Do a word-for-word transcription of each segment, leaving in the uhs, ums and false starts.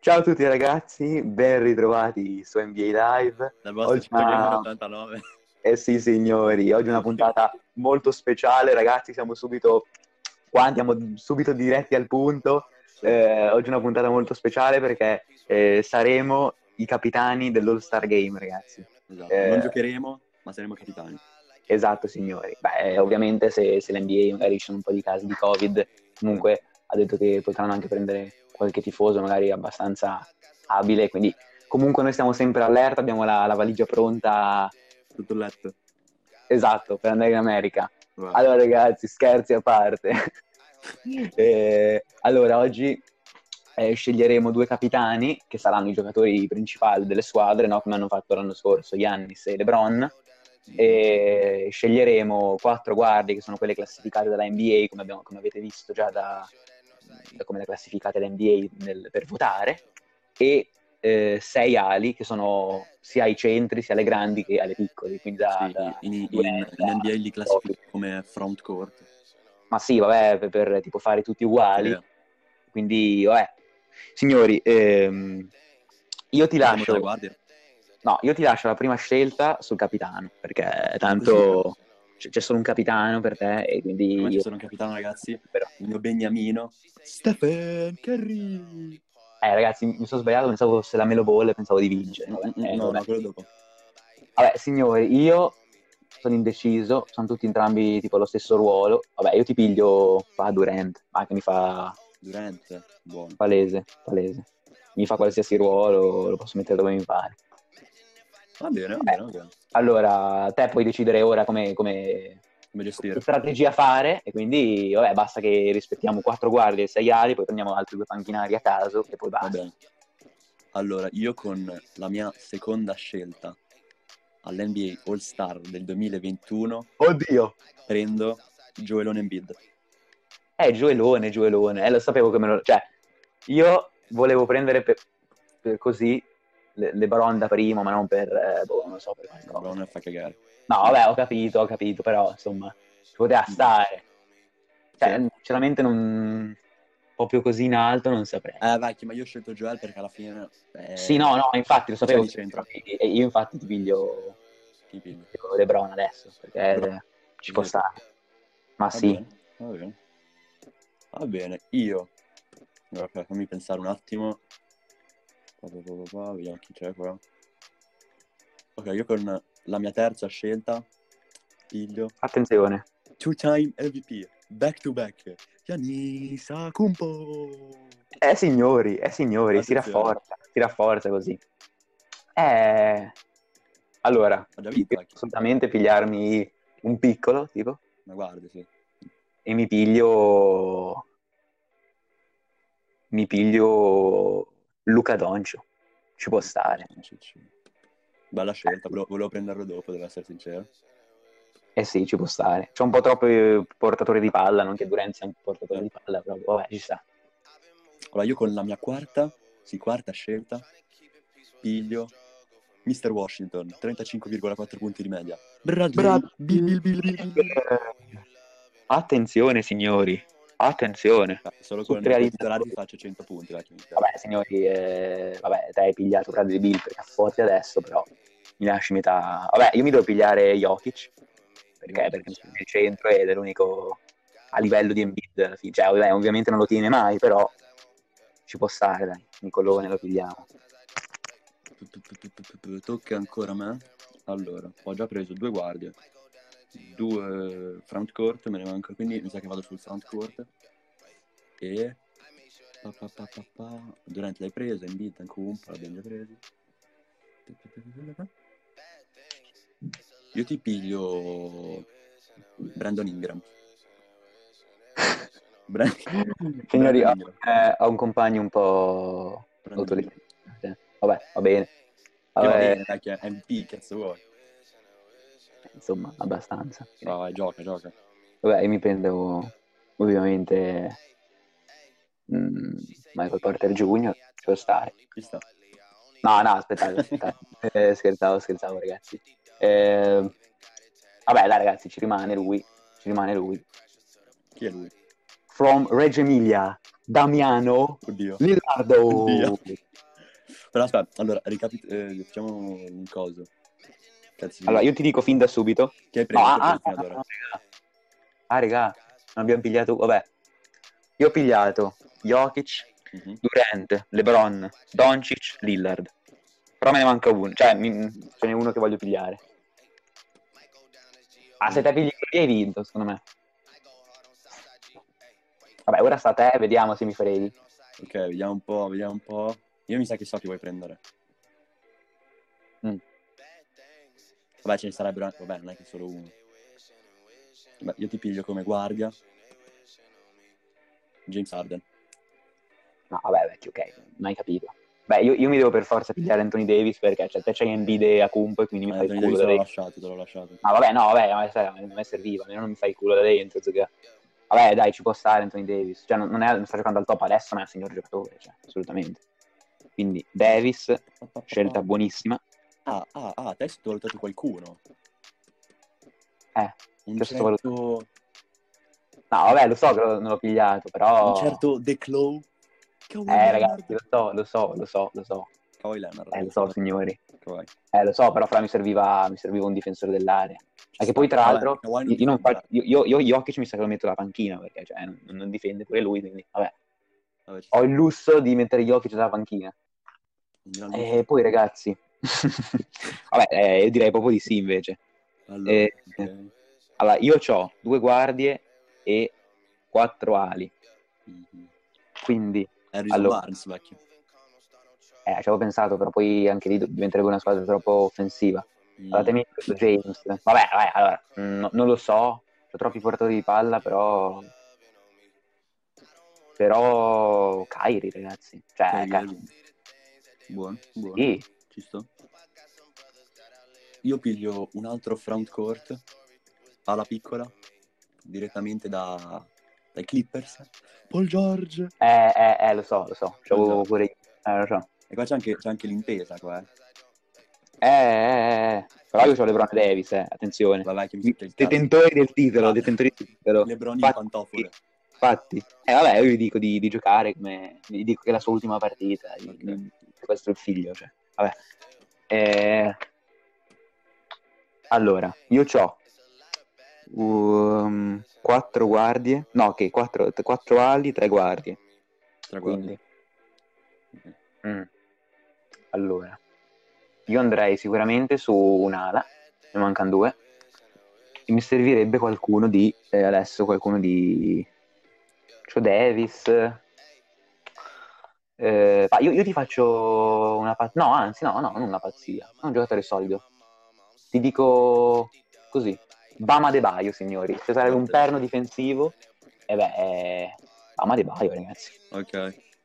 Ciao a tutti ragazzi, ben ritrovati su N B A Live. Dal vostro Oggi Cito Gamer una... ottantanove. Eh sì signori, oggi una puntata molto speciale ragazzi, siamo subito qua, andiamo subito diretti al punto. Eh, oggi una puntata molto speciale perché eh, saremo i capitani dell'All Star Game ragazzi. Esatto, non Eh, giocheremo, ma saremo capitani. Esatto, signori. Beh, ovviamente se, se l'N B A magari ci sono un po' di casi di Covid, comunque ha detto che potranno anche prendere qualche tifoso magari abbastanza abile, quindi comunque noi stiamo sempre allerta, abbiamo la, la valigia pronta, Tutto letto. esatto, per andare in America. Vai. Allora ragazzi, scherzi a parte. Eh, allora, oggi eh, sceglieremo due capitani che saranno i giocatori principali delle squadre, no? Come hanno fatto l'anno scorso Giannis e LeBron. E sceglieremo quattro guardie che sono quelle classificate dalla N B A, come, abbiamo, come avete visto già da, da come le classificate l'N B A nel, per votare, e eh, sei ali che sono sia ai centri sia alle grandi che alle piccole, quindi da, Sì, da in, in, Durant in N B A a li Jokic. classifico come front court. Ma sì, vabbè, per, per tipo fare tutti uguali. Sì. Quindi, vabbè. Signori, ehm, io ti Partiamo dalle lascio... guardie. No, io ti lascio la prima scelta sul capitano, perché Ah, così per, tanto c- c'è solo un capitano per te e per me quindi ci io... sono un capitano, ragazzi. Però... Il mio beniamino. Stephen Curry. Eh, ragazzi, mi sono sbagliato, pensavo fosse la Melo Ball, pensavo di vincere. Mm, Vabbè, mm, eh, No, vabbè. no, quello dopo. Vabbè, signori, io sono indeciso, sono tutti entrambi tipo lo stesso ruolo. Vabbè, io ti piglio fa Durant, ma che mi fa Durant, buono. palese, palese. Mi fa qualsiasi ruolo, lo posso mettere dove mi pare. Va bene, va Vabbè, bene, va bene. allora te puoi decidere ora come, come, Come che gestire? strategia fare e quindi vabbè, basta che rispettiamo quattro guardie e sei ali, poi prendiamo altri due panchinari a caso e poi Va basta. bene. Allora, io con la mia seconda scelta all'N B A All-Star del duemilaventuno Oddio! prendo Joel Embiid. Eh, Gioelone, Gioelone, eh, lo sapevo che me lo... Cioè, io volevo prendere per, per così le, le Baron da primo, ma non per, eh, boh, non so, per qualcosa. LeBron fa cagare. No, vabbè, ho capito, ho capito, però, insomma, ci poteva stare. Cioè, Sì. sinceramente non... proprio così in alto non saprei. Eh, vecchio, ma io ho scelto Joel perché alla fine... Sì, Eh, no, no, infatti lo chi c'è sapevo di che centro? e io infatti ti piglio, Chi pigli? ti piglio LeBron adesso, Bro. perché ci può Sì. stare. Ma Va sì, bene, va bene. Va bene, io... Allora, aspetta, fammi pensare un attimo. Pa, pa, pa, pa, pa, vediamo chi c'è qua. Ok, io con la mia terza scelta piglio attenzione. two-time M V P, back to back, Giannis Antetokounmpo. Eh signori, eh signori, si Attenzione, rafforza, si rafforza così. Eh, allora, ha già io vinto, devo vecchio. assolutamente pigliarmi un piccolo, tipo, Ma guardi, sì. e mi piglio, mi piglio Luca Doncio, ci può stare. Bella scelta, volevo, volevo prenderlo dopo, devo essere sincero. Eh sì, ci può stare. C'è un po' troppi portatori di palla, non che Durant sia un portatore Eh. di palla, però vabbè, ci sta. Allora, io con la mia quarta, sì, quarta scelta, piglio mister Washington, trentacinque virgola quattro punti di media. Bradley, Brad Bill, Bill, Bill, Bill, Bill, Bill. Attenzione signori, attenzione. Ah, solo con Super i titolari ti realizzatori. faccio cento punti, vecchio. Vabbè signori, eh, vabbè, te hai pigliato Bradley Bill perché è forte adesso, però mi lasci metà... Vabbè, io mi devo pigliare Jokic, perché, perché mi sta nel centro ed è l'unico a livello di Embiid alla fine. Cioè, vabbè, ovviamente non lo tiene mai, però ci può stare, dai, Nicolone lo pigliamo. Tocca ancora a me. Allora, ho già preso due guardie, due front court, me ne manca, quindi mi sa che vado sul front court. E... Pa, pa, pa, pa, pa. Durant l'hai preso, Embiid, Antetokounmpo, l'abbiamo già presi. Io ti piglio Brandon Ingram. Bra- Signori, Brandon ho, Ingram. eh, ho un compagno un po' Brandon Ingram. autolesionato. Vabbè, va bene. Che va Vabbè, bene, dai, che è M V P, cazzo vuoi? insomma, abbastanza. Vai, vai, gioca, gioca. Vabbè, io mi prendo ovviamente mm, Michael Porter Junior, ci può stare. Ci sta. No, no, aspettate, aspettate. Eh, scherzavo, scherzavo, ragazzi. Eh, vabbè, dai, ragazzi, ci rimane lui. Ci rimane lui. Chi è lui? From Reggio Emilia. Damiano Oddio. Lillardo. Oddio. Però aspetta, allora, ricapit- eh, facciamo un coso. Cazzo di... Allora, io ti dico fin da subito. Che hai No, preso? ah, Che hai ah, preso fino ah, ad ora? ah, raga. Ah, raga, non abbiamo pigliato... Vabbè, io ho pigliato Jokic, Mhm. Durant, LeBron, Doncic, Lillard. Però me ne manca uno, cioè mi- ce n'è uno che voglio pigliare. Ah, se te pigli quelli hai vinto, secondo me. Vabbè, ora sta a te, vediamo se mi freghi. Ok, vediamo un po', vediamo un po'. Io mi sa che so chi vuoi prendere. Mm. Vabbè, ce ne sarebbero anche... Vabbè, non è che solo uno. Beh, io ti piglio come guardia James Harden. No, vabbè, vecchio, ok, non hai capito. Beh, io, io mi devo per forza pigliare Anthony Davis perché cioè, te c'hai Embiid e Akumpo e quindi mi Eh, fai il Anthony culo Davis da te l'ho dentro. lasciato, te l'ho lasciato. Ah, vabbè, no, vabbè, ma sai, a me serviva, almeno non mi fai il culo da dentro. Zucca. Vabbè, dai, ci può stare Anthony Davis. Cioè, non, non, è, non sta giocando al top adesso, ma è un signor giocatore, cioè, assolutamente. Quindi, Davis, scelta buonissima. Ah, ah, ah, te hai sottovalutato qualcuno. Eh, Un che sottovalutato. certo... No, vabbè, lo so che lo- non l'ho pigliato, però... Un certo The Claw. Kawhi Eh, ragazzi, Leonard. lo so, lo so, lo so, lo so. Kawhi Leonard, Eh, lo ragazzi. so, signori. Kawhi. Eh, lo so, però fra mi serviva, mi serviva un difensore dell'area. Ci Anche sta. poi, tra Vabbè, l'altro, Kawhi non io, io non difende. faccio, io, io, io Jokic mi sa che lo metto alla panchina, perché cioè, non, non difende pure lui, quindi vabbè. Vabbè, ci Ho sta. il lusso di mettere Jokic alla panchina. Un gran E lusso. poi, ragazzi, vabbè, eh, io direi proprio di sì, invece. Allora, Eh, ok. allora, io ho due guardie e quattro ali. Mhm. Quindi, Harrison allora, Barnes, vecchio. eh, ci avevo pensato, però poi anche lì diventerebbe una squadra troppo offensiva. Allora, te Mm. mi hai detto James. Vabbè, vabbè, allora, mm, non lo so, ho troppi portatori di palla, però... Però... Kyrie, ragazzi. Cioè, Kyrie cazzo, Irving. Buono, buono. sì. Ci sto. Io piglio un altro front court alla piccola, direttamente da, dai Clippers. Paul George. Eh, eh, eh, lo so, lo so. Paul C'avevo George. pure io. Eh, lo so. E qua c'è anche, c'è anche l'intesa, qua, eh. Eh, eh, eh. Però io ho LeBron Davis, eh. Attenzione. Vabbè, che mi sente il cazzo. Detentori del titolo, Fra- detentori del titolo. LeBron in Infatti, pantofole. infatti. Eh, vabbè, io vi dico di, di giocare come... Vi dico che è la sua ultima partita. di- Ok. di- questo è il figlio, cioè. Vabbè. Eh, allora, io ho um, quattro guardie. No, che quattro, quattro ali, tre guardie. Tre Quindi... guardie. mm. Allora, io andrei sicuramente su un'ala, ne mancano due, e mi servirebbe qualcuno di, eh, adesso qualcuno di, c'ho Davis, eh, ma io, io ti faccio una pazzia, no anzi no, no, non una pazzia, è un giocatore solido, ti dico così, Bama De Baio signori, se sarebbe un perno difensivo, e beh, è Bama De Baio ragazzi. Ok.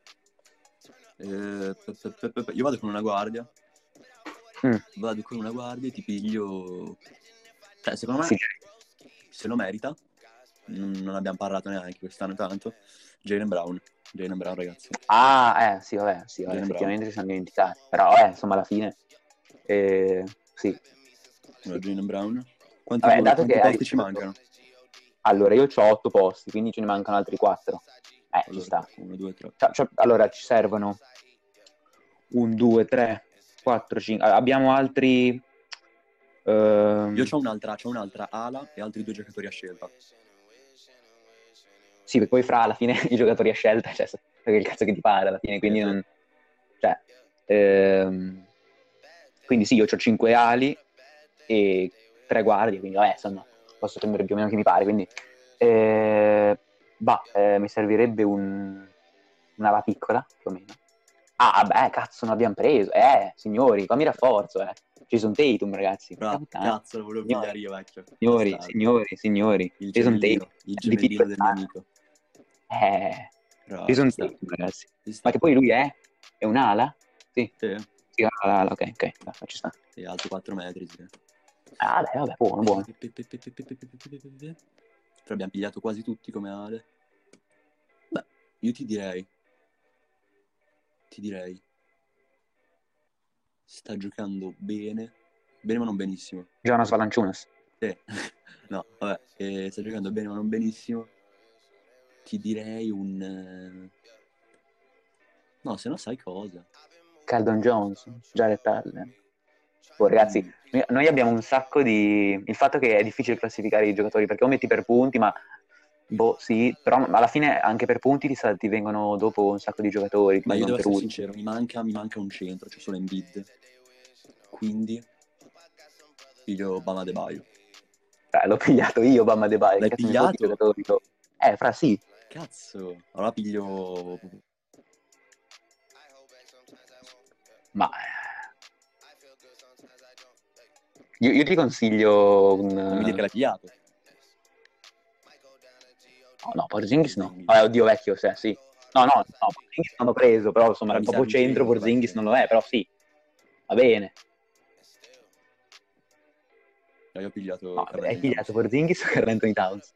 Eh, pe- pe- pe- pe- pe- io vado con una guardia. Mm. Vado con una guardia e ti piglio. Cioè, secondo me Sì. se lo merita. Non, non abbiamo parlato neanche quest'anno tanto. Jaylen Brown. Jaylen Brown, ragazzi. Ah, eh, sì, vabbè, sì, vabbè, Jaylen effettivamente Brown. ci siamo dimenticati. Però, eh, insomma, alla fine, eh, sì. Allora, Jaylen Brown. Quanti, Vabbè, dato quanti che posti hai... ci mancano? Allora, io ho otto posti, quindi ce ne mancano altri quattro. Eh, ci Allora, sta. uno, due, tre. Cioè, cioè, allora, ci servono un, due, tre, quattro, cinque... Abbiamo altri... ehm, Io c'ho un'altra, c'ho un'altra ala e altri due giocatori a scelta. Sì, perché poi fra alla fine i giocatori a scelta, cioè, perché il cazzo che ti pare alla fine, quindi Sì, sì. non... Cioè, ehm, quindi sì, io ho cinque ali e tre guardie, quindi vabbè, insomma, posso prendere più o meno chi mi pare, quindi... Eh, bah, eh, mi servirebbe un, un'ala piccola, più o meno. Ah, beh, cazzo, non abbiamo preso. Eh, signori, qua mi rafforzo, eh. Jason Tatum, ragazzi. Bra, Porca puttana. cazzo, lo volevo Signori, pigliare io, vecchio. signori, Bastardo. signori, signori. Il Jason gemellino, Tatum. il M V P gemellino del mio quest'anno. amico. Eh, Bravo, Jason ci sta. Tatum, ragazzi. Ci sta. Ma che poi lui è? È un'ala? Sì. Sì. Sì, un'ala, ok, ok, ci sta. Sì, alto quattro metri, sì. Ah, dai, vabbè, buono, buono. Però abbiamo pigliato quasi tutti come ale. Beh, io ti direi. Ti direi. Sta giocando bene. Bene ma non benissimo. Jonas Valanciunas. Sì. No, vabbè. eh, sta giocando bene ma non benissimo. Ti direi un... No, se no sai cosa. Caldon Johnson, Jared Allen. Oh, ragazzi, Mm. noi, noi abbiamo un sacco di... Il fatto che è difficile classificare i giocatori, perché o metti per punti, ma... Boh, sì, però alla fine anche per punti ti, sa- ti vengono dopo un sacco di giocatori, ti Ma io vengono devo per essere ultimi. sincero, mi manca, mi manca un centro, c'è solo Embiid. Quindi piglio Bama Adebayo. Eh, l'ho pigliato io, Bam Adebayo, L'hai che cazzo ne so di pigliato? giocatori. lo- Eh, fra sì, Cazzo, allora piglio... ma... Io, io ti consiglio un... Non mi dire che l'hai pigliato. No, no, Porzingis no. Porzingis. Vabbè, oddio, vecchio, se, sì. No, no, no, Porzingis non l'ho preso, però insomma, Però il mi proprio serve un centro, centro, Porzingis vecchio. non lo è, però sì. Va bene. No, io ho pigliato No, Karl hai Anthony pigliato Towns. Porzingis o Karl Anthony Towns?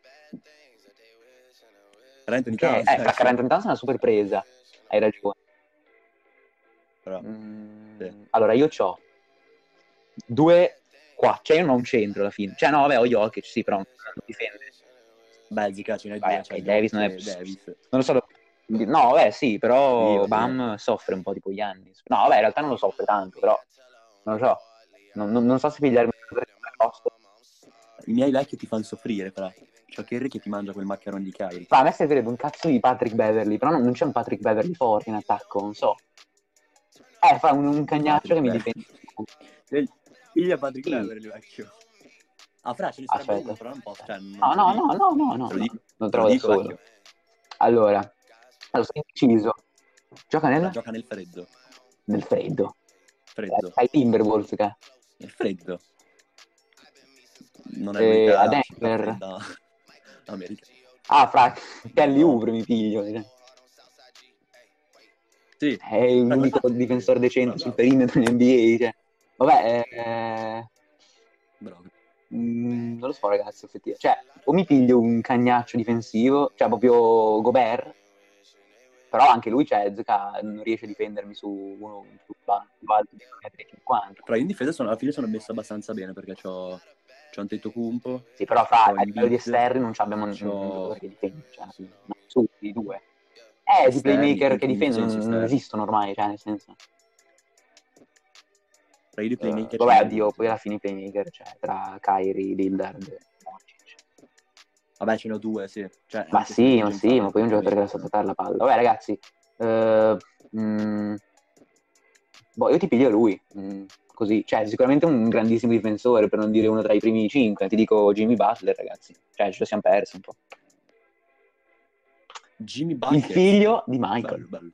Karl Anthony Che Towns, è? Eh, fra vecchio. Karl Anthony Towns è una super presa. Hai ragione. Però, Mm, sì. Allora, io ho due qua. Cioè, io non ho un centro alla fine. Cioè, no, vabbè, ho Jokic, sì, però non difende. Beh, Zica, ce n'hai Vabbè, due, ok, cioè Davis Jokic non è... e Davis. Non lo so. No, vabbè, sì, Sì, però va bene. Bam soffre un po' tipo Giannis. No, vabbè, in realtà non lo soffre tanto, però non lo so. Non, non- non so se pigliarmi un giocatore come Costa. I miei vecchi ti fanno soffrire, però. C'ho Kerry che ti mangia quel maccherone di Kyrie. Ma a me servirebbe un cazzo di Patrick Beverly, però non, non c'è un Patrick Beverly forte in attacco, non so. Eh, fa un, un cagnaccio Patrick che mi Beverly. difende. Figlia Patrick Sì, Beverly, vecchio. Ah, fra, ce ne sarebbe aspetta. uno, però non posso, cioè, non No, te lo no, no, dico. no, no, no, Te lo no. dico, Lo te lo trovo da dico, solo. vecchio. Allora, allora sono indeciso. Gioca Fra, nel, gioca nel freddo. nel freddo. Freddo. Ai Timberwolves, che Nel freddo. Non è eh, a l'unica città Denver. fredda America. Ah, fra Kelly No. Oubre mi piglio. eh. Sì. È Fra, come hai l'unico fatto? difensore decente Bravo, sul bravo. perimetro in N B A. Cioè. Vabbè, eh, Bravo. mm, non lo so, ragazzi, effettivamente. Cioè, o mi piglio un cagnaccio difensivo, cioè proprio Gobert, però anche lui, cioè, Zeka non riesce a difendermi su uno più alto di uno virgola cinquanta. Fra, io in difesa sono, alla fine sono messo abbastanza bene perché c'ho, c'ho Antetokounmpo, Sì, però fra c'ho a livello di Embiid, esterni non abbiamo un, un c'ho giocatore che difende, cioè, non su di due. Eh, di esterni, playmaker in, che in che difendono senso non, non esterni? esistono ormai, cioè, nel senso. Fra, io di Uh, playmaker ce vabbè, n'ho uno, oddio, poi tipo. alla fine i playmaker, cioè, tra Kyrie, Lillard e Doncic. Vabbè, ce n'ho due, sì. Cioè, Ma anche se sì, ma intelligenza sì, ma alta, poi è un giocatore che tecnicamente. sa toccare la palla. Vabbè, ragazzi, eh, mm, boh, io ti piglio lui, mm, così, cioè, sicuramente un grandissimo difensore, per non dire uno tra i primi cinque. Ti dico Jimmy Butler, ragazzi. Cioè, ce lo siamo persi un po'. Jimmy Il Buckets. figlio di Michael. Bello, bello.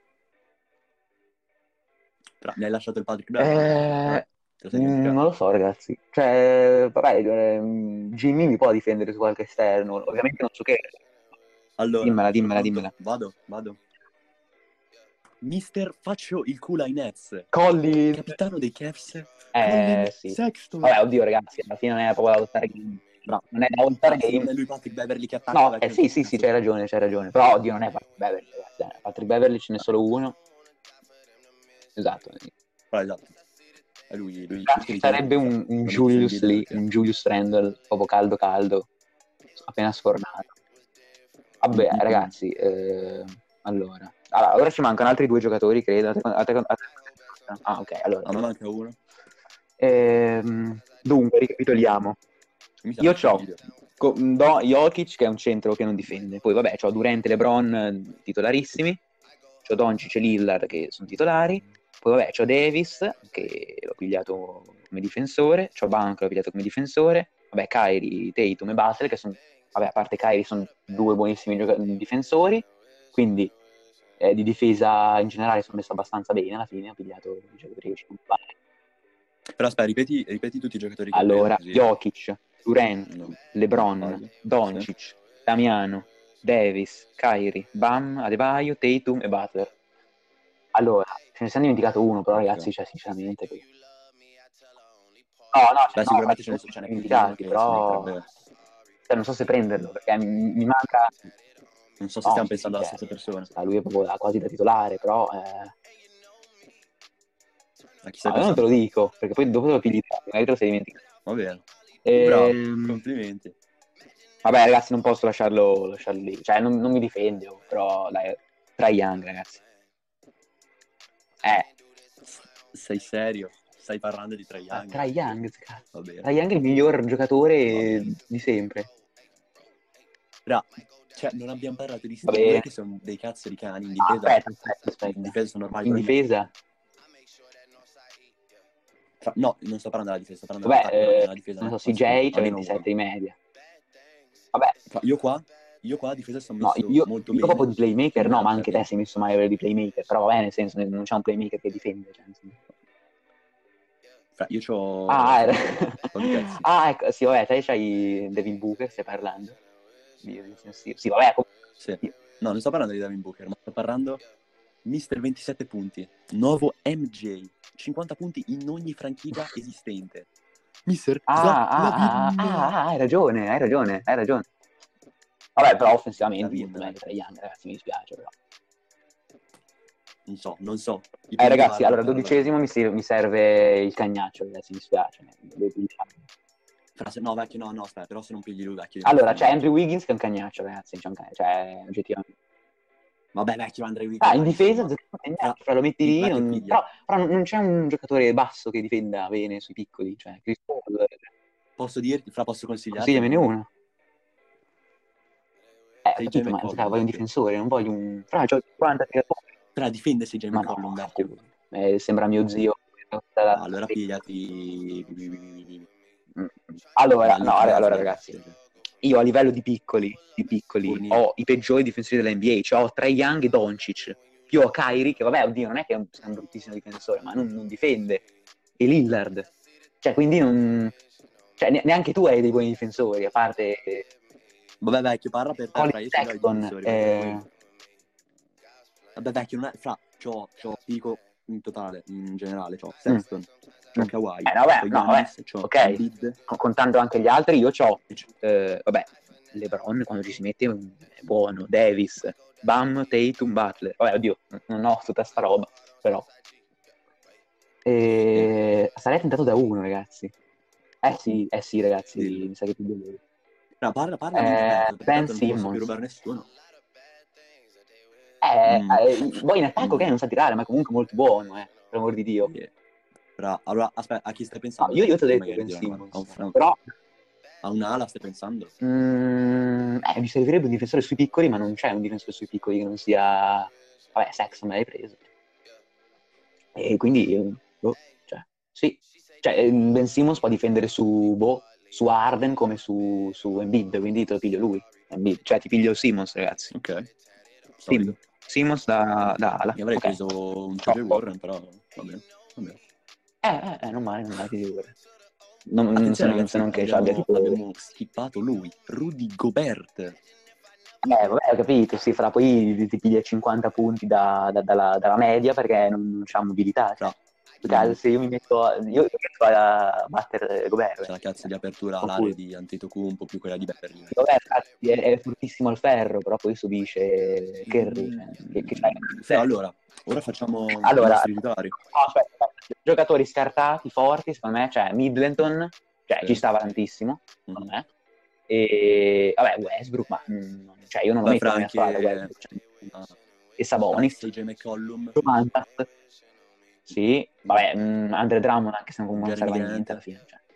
Fra, mi hai lasciato il Patrick Beverly. Eh, Eh, te lo sei mm, non dimenticato. lo so, ragazzi. Cioè, vabbè, eh, Jimmy mi può difendere su qualche esterno. Ovviamente non so che. Allora, Dimmela, sono dimmela, pronto? dimmela. Vado, vado. Mister Faccio il culo ai Nets. Collins. Capitano dei Cavs. Colin Eh, sì. Sexton. Vabbè, oddio, ragazzi, alla fine non è proprio da All-Star Game. Bra. Non è da All-Star Fra, se non Game. è lui Patrick Beverly che attacca, No, eh, vecchio, non sì, so che sì, sì, cazzo c'hai sia. ragione, c'hai ragione. Però, oddio, non è Patrick Beverly, ragazzi. eh. Patrick Beverly ce n'è solo uno. Esatto. Fra, esatto. È lui, lui, Là lui che ci difende sarebbe tutto. un, un Non mi difendi Julius lì, perché. un Julius Randle, proprio caldo caldo, appena sfornato. Mm, Vabbè, mm, mm. ragazzi, eh, allora. Allora, ora ci mancano altri due giocatori, credo. A te- a te- a te- Ah, ok, allora. A me manca uno. Ehm, dunque, ricapitoliamo. Mi sa Io che ho figlio. Jokic, che è un centro che non difende. Poi, vabbè, ho Durant e LeBron eh, titolarissimi. C'ho Doncic e Lillard, che sono titolari. Poi, vabbè, c'ho Davis, che l'ho pigliato come difensore. C'ho Banco, che l'ho pigliato come difensore. Vabbè, Kyrie, Tatum e Butler, che sono... Vabbè, a parte Kyrie, sono due buonissimi gioca- difensori. Quindi, eh, di difesa in generale sono messo abbastanza bene. Alla fine ho pigliato i giocatori che ci sono. Però aspetta, ripeti, ripeti tutti i giocatori che hai preso Allora, così. Jokic, Durant, No, non LeBron, sbaglio. Doncic, Sì. Damiano, Davis, Kyrie, Bam, Adebayo, Tatum e Butler. Allora, ce ne siamo dimenticato uno, però Ok. ragazzi, cioè, sinceramente... che- No, no, cioè, Beh, no, sicuramente ce fra- ne, ci ce siamo n'è più di uno dimenticati, che si però... meriterebbe. Cioè, non so se prenderlo, perché mi, mi manca... Non so se No, stiamo sì, sì, pensando alla cioè, stessa persona. sta lui è proprio da- quasi da titolare, però... Eh... A chi stai No, io non te pensando? lo dico, perché poi dopo te lo pigli te, magari te lo sei dimenticato. Va bene. Uh, bravo, Ehm... complimenti. Vabbè, ragazzi, non posso lasciarlo, lasciarlo lì. Cioè, non, non mi difende, oh, però dai, Trae Young, ragazzi. Eh, Sei serio? Stai parlando di Trae ah, Young? Trae Young, cazzo. Va bene. Trae Young è il miglior Va giocatore bene. di sempre. Ra, cioè, non abbiamo parlato di Va sti due bene. che sono dei cazzo di cani. In Ah, difesa, aspetta, aspetta, in aspetta. difesa sono ormai In probabilmente... difesa? Fra- no, non sto parlando della difesa, sto parlando Vabbè, dell'attacco, però eh, nella difesa non non è so, che posso C J dire c'ha almeno uno. ventisette di media. Vabbè, Fra- io qua, io qua a difesa sono no, messo io, molto io proprio bene, di playmaker no, eh, ma anche te perché... sei messo male a livello di playmaker, però va bene, nel senso, non c'è un playmaker che difende. Cioè, nel senso. Fra, io c'ho... Ah, c'ho, era... c'ho dei pezzi. ah, ecco, sì, vabbè, te c'hai Devin Booker, stai parlando? Di- di- Sì, sì, vabbè, com- Sì. No, non sto parlando di Devin Booker, ma sto parlando mister ventisette punti, nuovo M J, cinquanta punti in ogni franchigia esistente. mister Zach Ah, ah, ah, Lavin. ah, ah, hai ragione, hai ragione, hai ragione. Vabbè, però offensivamente Lavin. molto meglio tra gli anni, ragazzi, mi dispiace però. Non so, non so. Eh, Dipende, ragazzi, guarda, allora, per... dodicesimo mi, si- mi serve il cagnaccio, ragazzi, mi dispiace. Fra se... No, vecchio, no, no, aspetta, però se non pigli lui, vecchio... Allora, c'è Andrew Wiggins che è un cagnaccio, ragazzi, c'è un can- cioè, oggettivamente. Vabbè, vecchio, Andre Ah, Wiggins, in dai, difesa, insomma. Fra... fra lo metti Pi- lì, Vecchio, non... piglia. però, però non c'è un giocatore basso che difenda bene sui piccoli, cioè, Chris Paul, Posso dirti, fra, posso consigliartene consigliamene uno? uno. Eh, ho Sei J capito, ma giocare, McCollum, voglio un vecchio. difensore, non voglio un... Fra, c'ho quaranta tiratori. Fra, difende sei J Ma no, McCollum, vecchio. culo. Eh, sembra mio zio. Ah, allora pigliati... Allora, no, Malik allora Beasley, ragazzi, vecchio. io a livello di piccoli, di piccoli Fournier. ho i peggiori difensori dell'N B A, cioè ho Trae Young e Doncic, più ho Kyrie, che vabbè, oddio, non è che è un, è un bruttissimo difensore, ma non, non difende, e Lillard. Cioè, quindi non... Cioè, ne- neanche tu hai dei buoni difensori, a parte... eh, Vabbè, vecchio, parla per te, Colin fra, io ce li ho i Sexton, difensori, eh, perché poi... Vabbè, vecchio, non è... Fra, c'ho, c'ho, ti dico in totale, in generale, c'ho Sexton, c'ho mm. Kawhi, Eh, no, vabbè, c'ho no, vabbè, Giannis, c'ho ok, Embiid, con- contando anche gli altri, io ho, e c'ho- eh, vabbè, LeBron quando ci si mette è buono, Davis, Bam, Tatum, Butler, vabbè, oddio, non ho tutta sta roba, però. E... Sarei tentato da uno, ragazzi. Eh sì, eh sì, ragazzi, dillo. mi sa che più di lui. Fra, parla, parla a mente Eh, aperta, perché Ben tanto non ti posso più Simmons. rubare nessuno. Eh, Mm. eh, poi in attacco Mm. che non sa tirare, ma è comunque molto buono, eh, per amor di Dio. Yeah. Fra, allora, aspetta, a chi stai No, pensando? io, io ti ho Così detto magari Ben ti do una mano. A, un, Simmons, fra- però a un'ala stai pensando? mm, eh, mi servirebbe un difensore sui piccoli, ma non c'è un difensore sui piccoli che non sia... Vabbè, Sexton me l'hai preso. E quindi, eh, boh, cioè, sì. Cioè, eh, Ben Simmons può difendere su, boh, su Harden come su, su Embiid, quindi te lo piglio lui. Embiid. Cioè, ti piglio Simmons, ragazzi. Ok, Sim- solido. Simmons da, da ala. Io avrei Ok. preso un T J Warren, però va bene, va bene. Eh, eh, eh, non male, non male, ti dico. Non, Attenzione se, non, ragazzi, se non che ci abbia abbiamo, tipo... abbiamo skippato lui, Rudy Gobert. Eh, vabbè, ho capito, sì, fra poi ti piglia cinquanta punti da, da- dalla, dalla media perché non, non c'ha mobilità. Cioè. Fra, Caso, mm, se io mi metto, io mi metto a battere Gobert. c'è la cazzo di apertura Con all'area culo. di Antetokounmpo più quella di Berlin. Gobert, ragazzi, è, è fortissimo al ferro, però poi subisce Curry. Cioè, che, che c'è. Fra, allora, ora facciamo i Allora, nostri titolari. no, aspetta, aspetta. Giocatori scartati, forti, secondo me, cioè Middleton, cioè Sì. ci stava tantissimo, secondo Mhm. me. E vabbè, Westbrook, ma mm, cioè io non lo Beh, metto fra nella mia squadra, anche Westbrook, cioè, ah, e Sabonis, C J McCollum, Domantas, sì, vabbè, mm, Andre Drummond anche se non, non Jeremy serve a Grant. niente alla fine, cioè.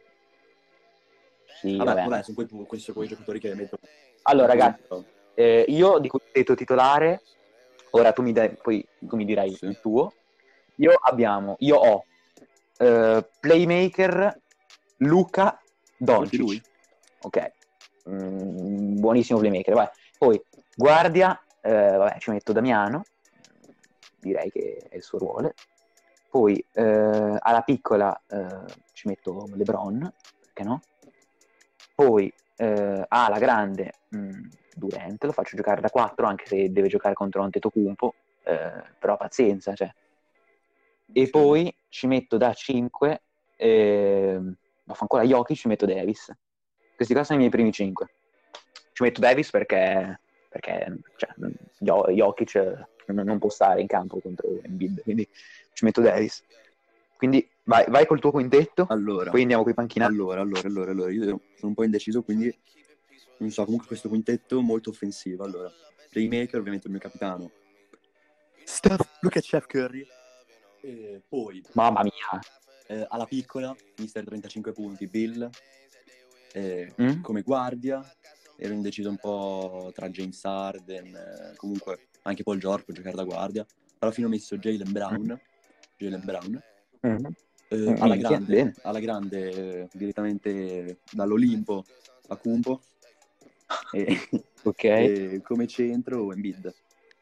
Sì, Vabbè, vabbè. vabbè, sono quei, questi sono quei giocatori che metto. Allora, ragazzi, Però- eh, io di cui ho detto titolare, ora tu mi, dai, poi tu mi dirai Sì. il tuo. Io abbiamo, io ho eh, playmaker Luca Infatti lui? Doncic, ok, Mm, buonissimo playmaker. Vai. Poi guardia, eh, vabbè, ci metto Damiano, direi che è il suo ruolo. Poi eh, alla piccola eh, ci metto LeBron, perché no? Poi eh, alla grande mh, Durant, lo faccio giocare da quattro, anche se deve giocare contro Antetokounmpo, eh, però pazienza, cioè. E Sì. poi ci metto da cinque, eh, ancora Jokic, ci metto Davis. Questi qua sono i miei primi cinque. Ci metto Davis perché, perché cioè, Jo- Jokic eh, non, non può stare in campo contro Embiid, quindi ci metto Davis. Quindi vai, vai col tuo quintetto, Allora, poi andiamo con i panchinari. allora, allora, allora, allora, io sono un po' indeciso, quindi non so, comunque questo quintetto molto offensivo. Allora, playmaker, ovviamente il mio capitano. Steph, look at Chef Curry. E poi, Mamma mia. eh, alla piccola, mister trentacinque punti, Bill. Eh, Mm? come guardia, ero indeciso un po' tra James Harden, eh, comunque anche Paul George può giocare da guardia. Alla fine ho messo Jaylen Brown. Jaylen Brown. Mm. Eh, Mm, alla minchia, grande, bene. alla grande, eh, direttamente dall'Olimpo a Kumpo. E, Ok, e come centro Embiid.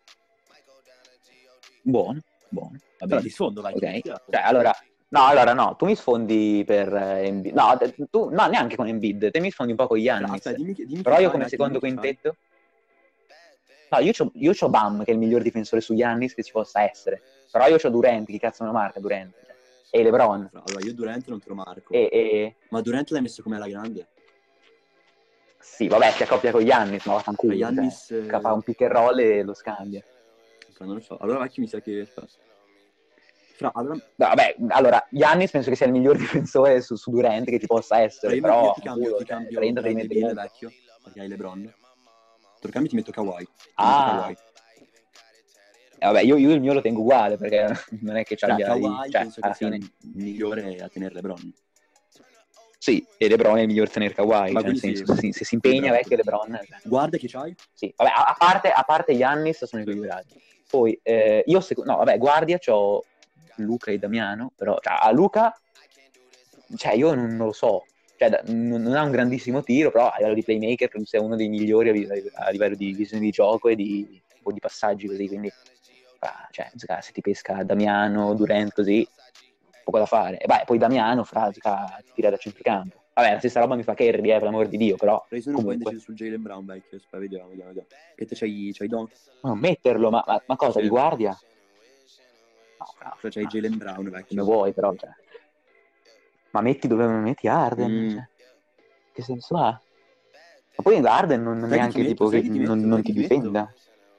buono, buono, va Però bene. ti sfondo, vecchio, mi Ok, spiace. cioè allora, no, allora no, tu mi sfondi per eh, Embiid, no, te- tu, no, neanche con Embiid, te mi sfondi un po' con Fra, Giannis, aspetta, dimmi, che- dimmi chi però io c'hai, come vecchio, dimmi secondo chi c'hai. quintetto, no, io c'ho, io c'ho Bam, che è il miglior difensore su Giannis che ci possa essere, però io c'ho Durant, chi cazzo me lo marca Durant, cioè. E LeBron, Fra, allora, io Durant non te lo marco. e, e... Ma Durant l'hai messo come alla grande? sì, vabbè, si accoppia con Giannis, ma Fra vaffanculo, cioè, Giannis... eh, fa un pick and roll e lo scambia. Fra, non lo so. Allora, vecchio, mi sa che... aspetta. Fra, allora... No, vabbè, allora, Giannis penso che sia il miglior difensore su, su Durant che ci possa Fra, essere, io, io però ti cambio, fanculo, ti cioè, cambio trenta te li Bradley mette Beal, comunque. vecchio, perché hai LeBron. Te lo cambio e ti metto Kawhi. Ti metto Ah, Kawhi. e vabbè, io, io il mio lo tengo uguale, perché non è che ci Fra, abbia... i- Kawhi cioè, penso che alla sia fine... il migliore a tenere LeBron. Sì, e LeBron è il miglior tenere Kawhi, Ma cioè, nel quindi sì, senso, se si, se si impegna equilibrato. vecchio LeBron... Cioè, Guarda chi c'hai? sì, vabbè, a, a parte, a parte Giannis sono equilibrati. Poi, eh, io seco- no, vabbè, guardia c'ho Luca e Damiano, però, cioè, a Luca, cioè, io non, non lo so, cioè, da- non, non ha un grandissimo tiro, però a livello di playmaker credo sia uno dei migliori a, livello- a livello di visione di gioco e di, un po' di passaggi così, quindi, ah, cioè, gioca- se ti pesca Damiano, Durant così, poco da fare. E beh, poi Damiano, fra, gioca- ti tira da centrocampo. Vabbè, la stessa roba mi fa Kerry, eh, per l'amor di Dio, però, Fra, io sono un po' comunque, indeciso sul Jaylen Brown, vecchio. Aspetta, vediamo, vediamo, vediamo. Che te c'hai, c'hai Don? non metterlo, ma, ma, ma cosa, di Sì. guardia? No, fra, Fra, c'hai ma Jaylen Brown, come vecchio. vuoi, però, cioè. Ma metti dove metti Arden, Mm. cioè, che senso ha? Ma poi Arden non, non Sai è che ti anche metto? tipo Sai che che ti non, metto? non Sai che ti ti metto? difenda.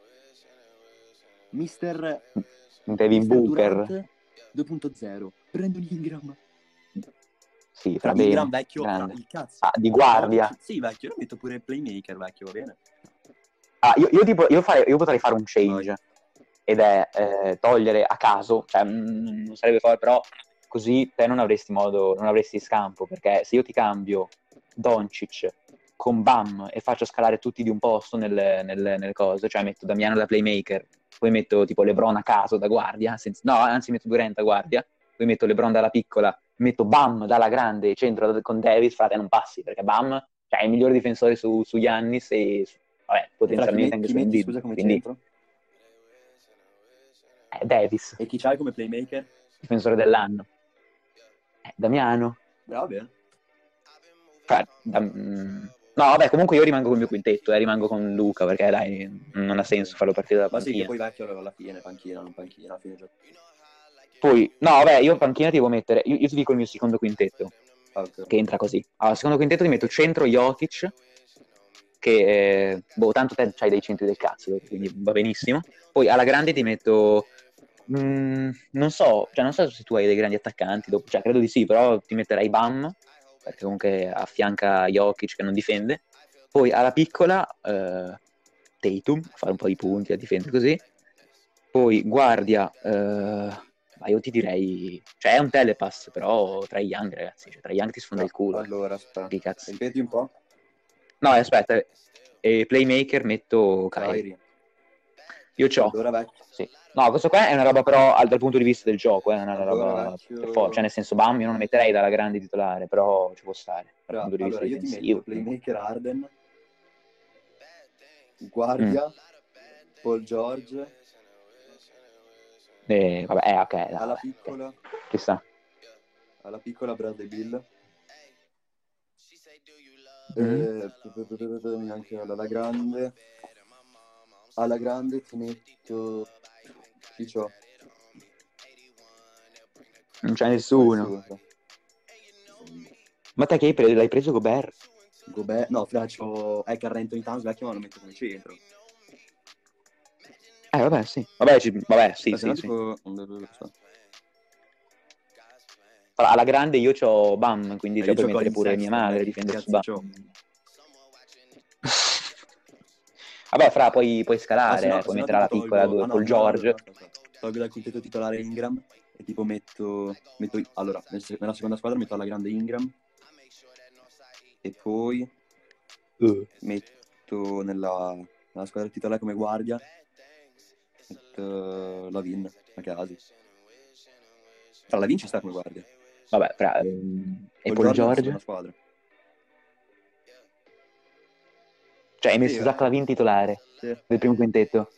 Mister... Devin Mister Booker, Durant due punto zero. Brandon Ingram. sì, Fra fa Ingram, bene, vecchio, fra grande. il cazzo. Ah, di Fra guardia. Jokic, sì, vecchio, io metto pure il playmaker, vecchio, va bene? Ah, io, io tipo, io, farei, io potrei fare un Vai. change, ed è eh, togliere a caso, cioè mm, non sarebbe fuori, però così te non avresti modo, non avresti scampo, perché se io ti cambio Doncic con Bam e faccio scalare tutti di un posto nelle, nelle, nelle cose, cioè metto Damiano da playmaker, poi metto tipo LeBron a caso da guardia, senza, no, anzi metto Durant a guardia, poi metto LeBron dalla piccola, metto Bam dalla grande centro con Davis, frate non passi, perché Bam cioè, è il migliore difensore su, su Giannis e vabbè, E fra chi, potenzialmente met- anche chi su metti, Embiid, scusa, come quindi centro? eh, Davis, E chi c'hai come playmaker? difensore dell'anno. Eh, Damiano. Bravo, bene. Cioè, da- mm, no, vabbè, comunque io rimango col mio quintetto, eh, rimango con Luca, perché dai, non ha senso farlo partire dalla Ma sì, che panchina. poi vecchio alla fine, panchina, non panchina, alla fine gioca. Poi, no, vabbè, io panchina ti devo mettere, io, io ti dico il mio secondo quintetto, Ah, ok. che entra così. Allora, secondo quintetto ti metto centro Jokic, che, eh, boh, tanto te c'hai dei centri del cazzo, quindi va benissimo. Poi alla grande ti metto, mh, non so, cioè non so se tu hai dei grandi attaccanti, dopo, cioè credo di sì, però ti metterei Bam, perché comunque affianca Jokic che non difende. Poi alla piccola, eh, Tatum, a fare un po' di punti, a difendere così. Poi guardia, eh, ma io ti direi, cioè è un telepass, però Trae Young, ragazzi, cioè Trae Young ti sfonda No, il culo. allora, aspetta. Che cazzo. Ripeti un po'. No, aspetta, e playmaker metto Kyrie. Kyrie. Io c'ho, Allora, vecchio. sì. No, questo qua è una roba però al- dal punto di vista del gioco, è una Allora, roba vecchio. per forza, cioè nel senso Bam io non lo metterei dalla grande titolare, però ci può stare dal Allora, punto di vista allora, io ti difensivo. metto playmaker Arden, Mm. guardia, Paul George, E, vabbè, eh, ok, no, alla vabbè, piccola, ok. Ci sta. alla piccola Bradley Bill, Mm. eh, anche alla grande, alla grande ti metto, chi c'ho? Non c'è Non c'ho nessuno. nessuno. Ma te che hai preso? L'hai preso Gobert? Gobert, no, fra c'ho, è Carl Anthony Towns, vecchio, ma lo metto come centro. Eh, vabbè, sì. Vabbè, ci- vabbè sì, Ma se no, sì, sì. tipo, Allora, alla grande io c'ho Bam, quindi Eh, cioè, io puoi c'ho mettere Colin pure mia Sexton, madre a eh, che difendere su cazzo Bam. c'ho? Vabbè, fra, puoi, puoi Ah, se scalare, no, eh, puoi se no mettere alla tipo piccola tolgo... due Ah no, Paul no, allora, George. no, no, no. tolgo dal quintetto titolare Ingram e tipo metto, metto allora, nel se- nella seconda squadra metto alla grande Ingram e poi Uh. metto nella, nella squadra titolare come guardia metto Lavin a caso. Tra Lavin ci sta come guardia. Vabbè, fra, ehm, e Paul Paul George nella George? seconda squadra. Cioè, hai Sì, messo Zach Lavin titolare sì. del primo quintetto?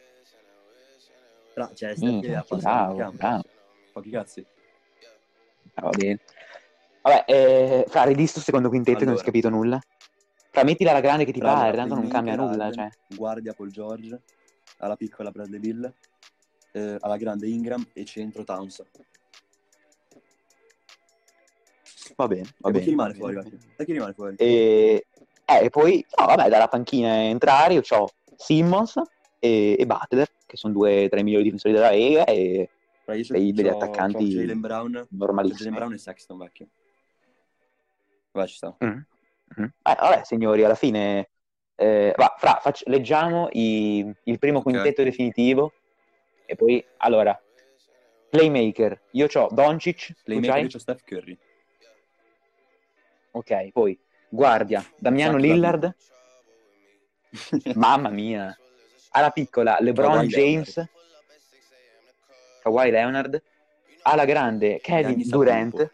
Tra, cioè, Steph Minchia, Curry ha che passato in bravo, campo. bravo. Pochi cazzi. Ah, va bene. Vabbè, eh, fra, hai visto il secondo quintetto che non si è Allora. capito nulla? Fra, mettila alla grande che ti Tra, pare, allora, tanto non cambia playmaker nulla, Harden, cioè. guardia Paul George, alla piccola Bradley Beal, eh, alla grande Ingram e centro Towns. Va bene, va e poi bene. chi rimane fuori? Vacchi? E chi rimane fuori? E, eh, e poi, no, vabbè, dalla panchina entrare io ho Simmons e, e Butler, che sono due tra i migliori difensori della Lega, e Tra io dei, degli c'ho, c'ho attaccanti Jaylen Brown, c'ho Jaylen normalissimi. Brown e Sexton, vecchio. Vai, ci sta. Mm. Mm. Eh, vabbè, signori, alla fine, eh, va, fra, faccio- leggiamo i- il primo Ok. quintetto definitivo, e poi, allora, playmaker, io ho Doncic, tu Playmaker c'hai? io c'ho Steph Curry. Ok, poi, guardia, Damiano Zach Lavin. Lillard, mamma mia, alla piccola, LeBron Kawhi James, Leonard. Kawhi Leonard, alla grande, Kevin Giannis Durant, Antetokounmpo.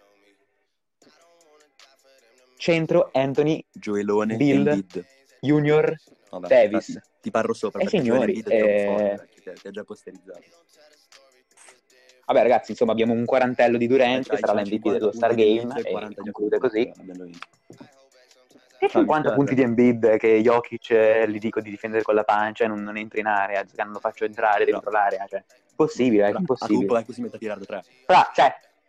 centro, Anthony, Joelone Bill, Embiid. Junior, Vabbè, Davis. ti, ti parlo sopra E perché Joel signori, Embiid è troppo eh, forte, vecchio, ti è- ti è già posterizzato. vabbè ragazzi, insomma abbiamo un quarantello di Durant che C'hai, sarà c'hai l'M V P cinquanta dello Star punti di Embiid Game e e quaranta conclude Giacomo. così. Abbiamo vinto. E Ah, mi cinquanta dispiace. punti di Embiid che Jokic eh, gli dico di difendere con la pancia e non, non entri in area, che non lo faccio entrare dentro Però- l'area, cioè impossibile, è Però, a impossibile. Kumpo ecco si mette a tirare da tre. Però, cioè,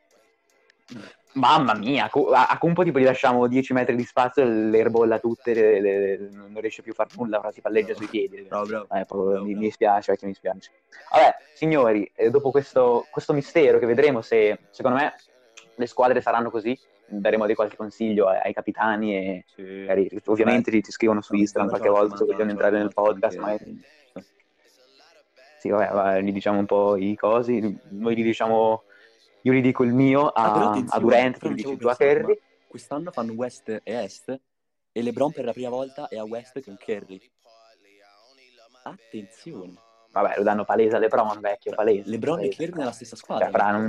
mamma mia, Cu- a, a Kumpo tipo gli lasciamo dieci metri di spazio e le erbolla tutte, le- le- non riesce più a fare nulla, ora si palleggia Bravo. sui piedi. Bravo, bravo. Eh, proprio, Bravo, mi, bravo. mi dispiace, perché mi dispiace. Vabbè, signori, eh, dopo questo, questo mistero che vedremo se, secondo me, le squadre saranno così, daremo dei qualche consiglio ai, ai capitani e Sì. magari, ovviamente Beh, ti, ti scrivono su no, Instagram Mezz'ora qualche c'ho la volta se chiamata, vogliono c'ho la entrare nel chiamata podcast, anche... magari. Sì, vabbè, vabbè, gli diciamo un po' i cosi, noi gli diciamo, io gli dico il mio Ah, però a, a attenzione, Durant, tu però gli non ci dici il avevo tuo a pensato, ma Curry. quest'anno fanno West e Est e LeBron per la prima volta è a West con Curry. Attenzione. Vabbè, lo danno palese a LeBron, vecchio, palese. LeBron e palese, Curry però. nella stessa Cioè, squadra. fra vecchio. non...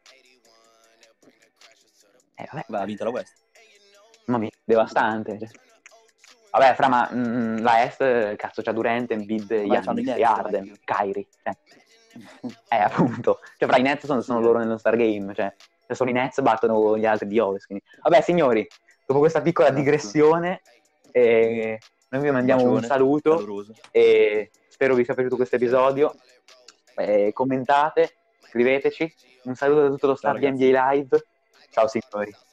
Eh, vabbè, Va, ha vinto la West. mamma mia, devastante. Cioè. Vabbè, fra, ma mm, la Est, cazzo, c'ha Durant, Embiid, Vabbè, fanno i Giannis e Nets, Harden, vecchio. Kyrie. Cioè. Eh, appunto. Cioè, fra i Nets sono, sono Sì, loro eh. nello Star Game, cioè, se sono i Nets battono gli altri di Ovest. Quindi. Vabbè, signori, dopo questa piccola Esatto. digressione, eh, noi vi mandiamo un Bacione, saluto caloroso. e spero vi sia piaciuto questo episodio. Eh, commentate, scriveteci. Un saluto da tutto lo Ciao, staff di ragazzi. N B A Live. Ciao signori.